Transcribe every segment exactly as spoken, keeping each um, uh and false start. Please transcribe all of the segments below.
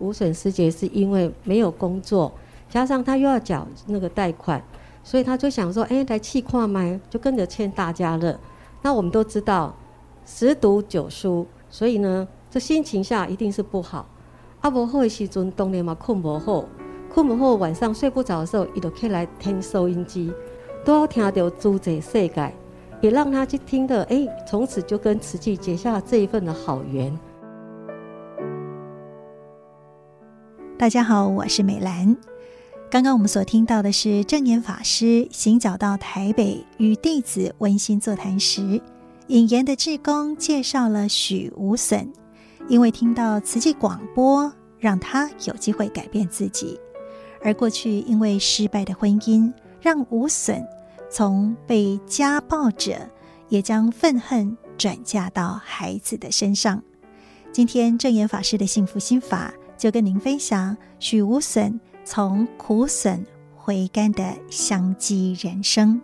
吴笋师姐是因为没有工作，加上她又要缴那个贷款，所以她就想说，哎，来试看卖，就跟着欠大家乐。那我们都知道，十赌九输，所以呢，这心情下一定是不好。啊，不好的时阵，当然嘛困不好，困不好，晚上睡不着的时候，伊就起来听收音机，都要听到诸这世界，也让他去听的，哎，从此就跟慈济结下这一份的好缘。 大家好，我是美兰。刚刚我们所听到的是证严法师行脚到台北与弟子温馨座谈时，引言的志工介绍了许无损，因为听到慈济广播，让他有机会改变自己，而过去因为失败的婚姻，让无损从被家暴者也将愤恨转嫁到孩子的身上。今天证严法师的幸福心法就跟您分享许无损从苦损回甘的香积人生。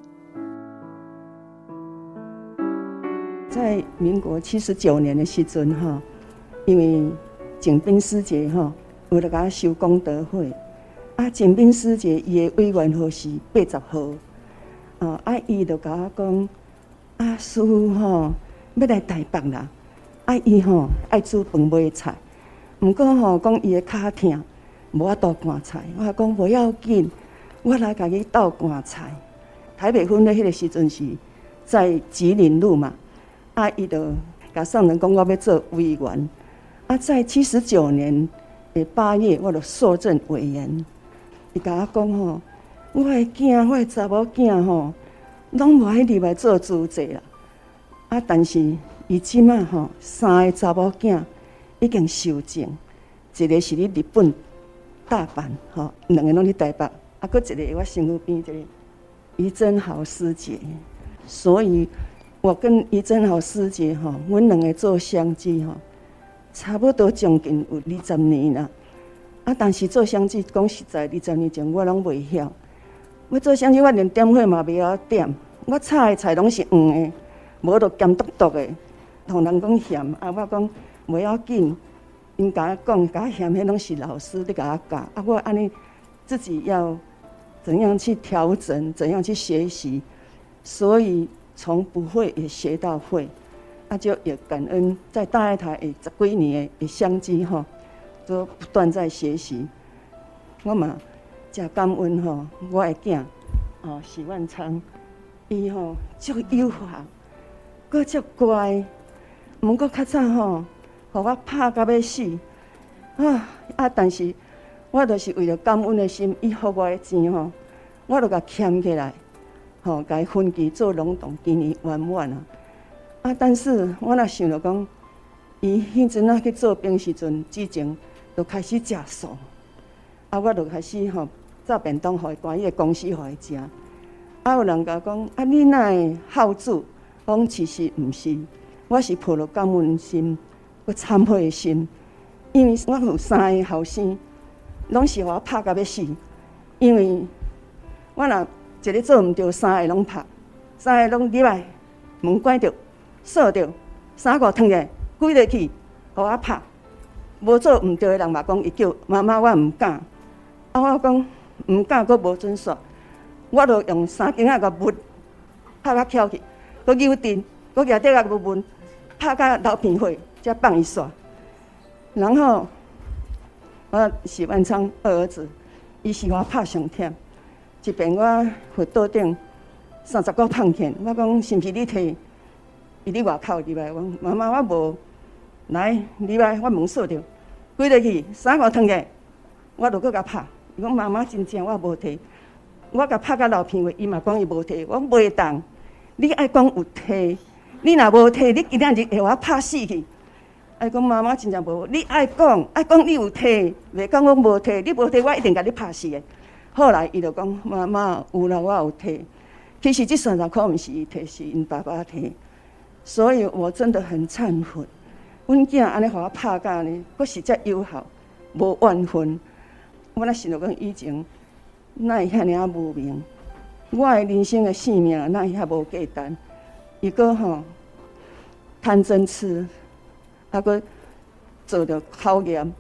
在民国七十九年的时阵哈，因为景斌师姐哈，为了给他修功德会，啊，景斌师姐伊的委员号是八十号，啊，啊，伊就甲我讲，啊，师父吼要来台北啦，啊，伊吼爱煮饭买菜，毋过吼讲伊的脚痛。无法度赶菜，我讲不要紧，我来甲伊斗赶菜。台北分的迄个时阵是在吉林路嘛，啊，伊就甲上人讲我要做委员，啊，在七十九年的八月，我就受任委员。伊甲我讲吼，我的囝，我的查某囝吼，拢无爱入来做主席啦。啊，但是伊即马吼，三个查某囝已经受证，一个是咧日本。大阪吼，两个拢伫台北，啊，搁一个我身躯边一个于珍豪师姐，所以我跟于珍豪师姐吼，阮两个做相机吼，差不多将近有二十年啦。啊，但是做相机讲实在，二十年前我拢袂晓。我做相机，我连点火嘛袂晓点，我炒的菜拢是黄的，无就咸笃笃的，同人讲咸，啊，我讲袂要紧。因甲我讲，甲我嫌迄拢是老师在甲我教，啊，我安尼自己要怎样去调整，怎样去学习，所以从不会也学到会，啊，就也感恩在大爱台诶十几年的相机吼，都不断在学习。我嘛真感恩吼，我的囝哦许万昌，伊吼足友好，佫足乖，毋过较早吼。互我拍到要死啊！啊，但是我就是为了感恩的心，伊互我的钱吼，我就甲欠起来，吼，甲伊分期做龙洞，今年圆满啊！啊，但是我若想着讲，伊迄阵仔去做兵时阵，之前就开始食素，啊，我就开始吼炸便当，互伊关伊的公司互伊食。啊，有人甲讲，啊，你哪会好煮？讲其实毋是，我是抱着感恩心。我忏悔的心，因为我有三个后生，拢是互我拍到要死。因为我若一日做毋对，三个拢拍，三个拢入来门关着、锁着，衫裤脱下，跪落去，互我拍。无做毋对的人嘛讲，伊叫妈妈，我毋敢。啊，我讲毋敢，佫无准煞，我就用三根仔甲木拍甲翘去，佫扭阵，佫举底甲木门拍甲流鼻血。才放伊煞，然后我许万昌二儿子，伊是我拍上忝，一遍我佛桌顶三十个碰见，我讲是毋是你摕？伊伫外口入来，我讲妈妈我无，来入来我门锁着，跪落去衫裤脱下，我就搁甲拍。伊讲妈妈真正我无摕，我甲拍甲流鼻血，伊嘛讲伊无摕，我袂当，你爱讲有摕，你若无摕，你今仔日会我拍死去。爱讲妈妈真正无，你爱讲，爱讲你有摕，袂讲我无摕，你无摕我一定甲你拍死的。后来伊就讲妈妈有啦，我有摕。其实这三十块毋是伊摕，是因爸爸摕。所以我真的很忏悔。阮囝安尼互我拍甲安尼，佫是遮友好，无怨恨。我若想到讲以前，哪会遐尔啊无明？我的人生的性命哪会遐无价值？伊佫吼贪嗔痴。啊，佫做着考验，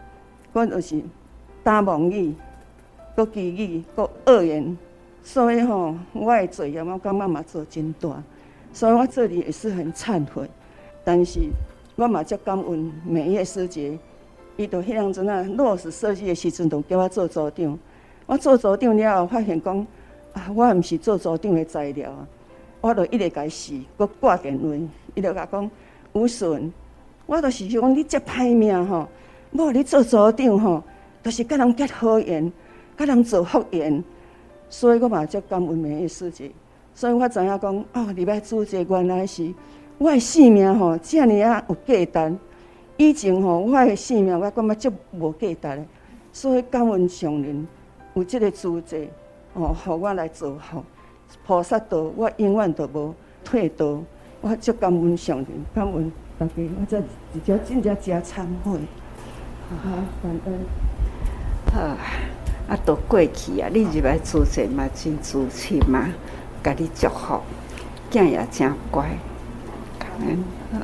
我就是打妄语，搁祈语，搁恶言，所以吼，我的罪业我感觉嘛做真大，所以我这里也是很忏悔。但是我嘛足感恩美业师姐，伊就迄样阵啊落实设计的时阵，就叫我做组长。我做组长了后，发现讲啊，我毋是做组长的材料啊，我就一直甲伊试，搁挂电话，伊就甲讲吴顺，我就是讲你遮歹命吼，无你做组长吼，就是甲人结好缘，甲人做福缘，所以我嘛足感恩美业师姐。所以我知影讲哦，入来主席原来是我的性命吼，遮尔啊有价值。以前吼，我的性命我感觉足无价值的，所以感恩上人有这个主席哦，互我来做好菩萨道，我永远都无退道。我足感恩上人，感恩大家，我这直接真正真忏悔。好，感恩。 好啊，啊，都过去啊！你入来主席嘛，真自信嘛，甲你祝福，囝也真乖，感恩。好。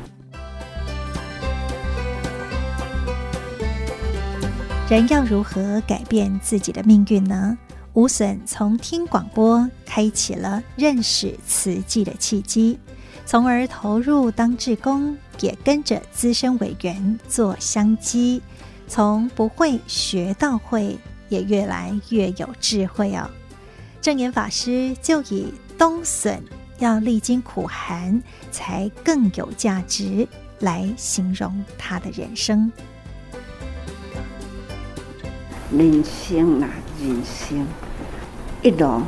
人要如何改变自己的命运呢？吴损从听广播开启了认识慈济的契机，从而投入当志工，也跟着资深委员做香鸡，从不会学到会，也越来越有智慧哦。正言法师就以冬笋要历经苦寒才更有价值来形容他的人生。 人生啦，人生一路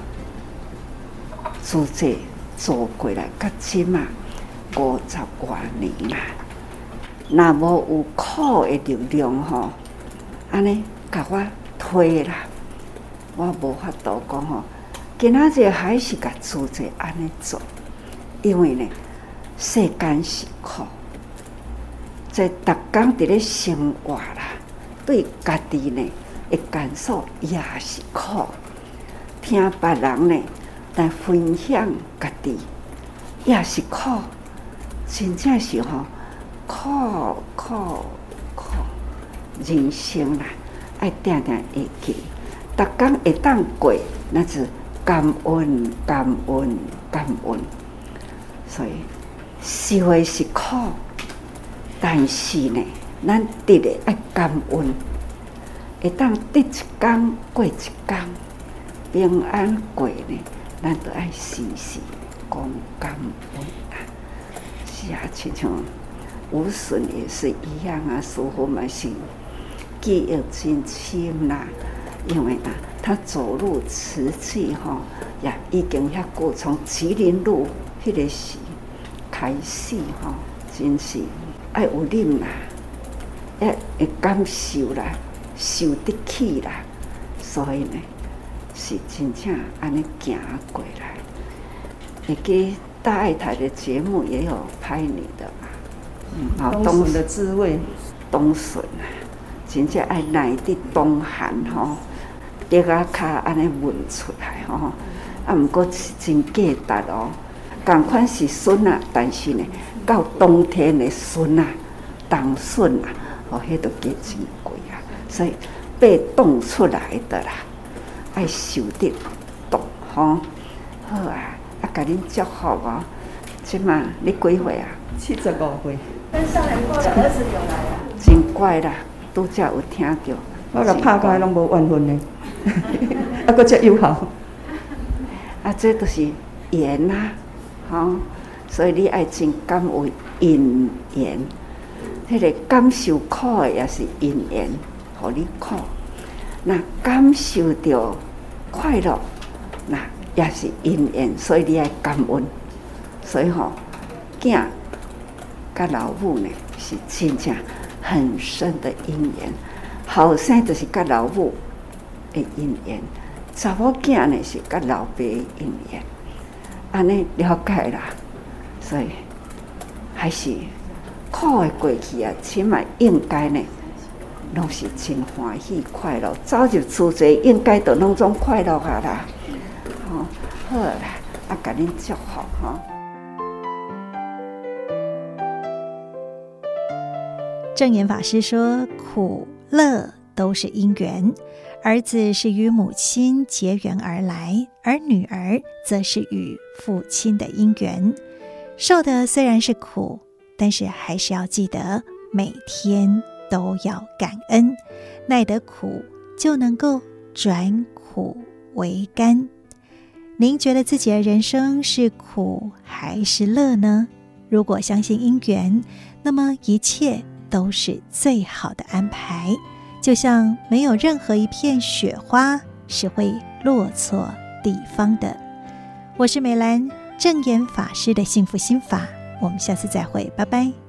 主席做过来，到即嘛五十多年啦。若无有苦的力量吼，安尼甲我推啦，我无法度讲吼。今仔日还是甲主席安尼做，因为呢，世间是苦，在逐工伫咧生活啦。对家己呢，的感受也是苦；听别人呢来分享家己，也是苦。真正是吼，苦苦苦，人生啦，爱定定会记，逐工会当过，那是感恩感恩感恩。所以受的是苦，但是呢。咱得的爱感恩，会当得一天过一天，平安过呢，咱都爱时时讲感恩啊。是啊，就像吴损也是一样啊，师父嘛是记忆真深啦，因为啊，他走入慈济吼，也已经遐久，从麒麟路迄个时开始吼，真是爱有忍啦。也会感受啦，受得起啦，所以呢，是真正安尼行过来。会记大爱台的节目也有拍你的嘛，嗯， 冬笋的滋味， 冬笋啊，真正爱来伫冬寒吼，跌啊骹安尼闻出来吼，啊，毋过是真价值哦。共款是笋啊，但是呢，到冬天的笋啊，冬笋啊。哦，迄都价真贵啊，所以被冻出来的啦，爱受得冻吼。好啊，啊，甲恁祝福哦。即嘛，你几岁啊？ 七十五岁。 跟上来过的儿子有来啊？ 真乖啦，拄则有听到。 我甲拍开拢无怨恨的，啊，搁遮友好。 啊，这都是缘呐，吼，所以你爱真感恩因缘。迄个感受苦的也是因缘，互你苦；那感受到快乐，那也是因缘，所以你爱感恩。所以吼，囝甲老母呢是真正很深的因缘。后生就是甲老母的因缘，查某囝呢是甲老爸的因缘。安尼了解啦，所以还是。苦的过去啊，起码应该呢，拢是真欢喜快乐。早入厝济，应该都拢总快乐下啦。吼、哦，好啦，啊，甲恁祝福吼。 正言法师说：“苦乐都是因缘。儿子是与母亲结缘而来，而女儿则是与父亲的因缘。受的虽然是苦，但是还是要记得每天都要感恩，耐得苦就能够转苦为甘。您觉得自己的人生是苦还是乐呢？如果相信因缘，那么一切都是最好的安排。就像没有任何一片雪花是会落错地方的。我是美兰，正言法师的幸福心法，我们下次再会，拜拜。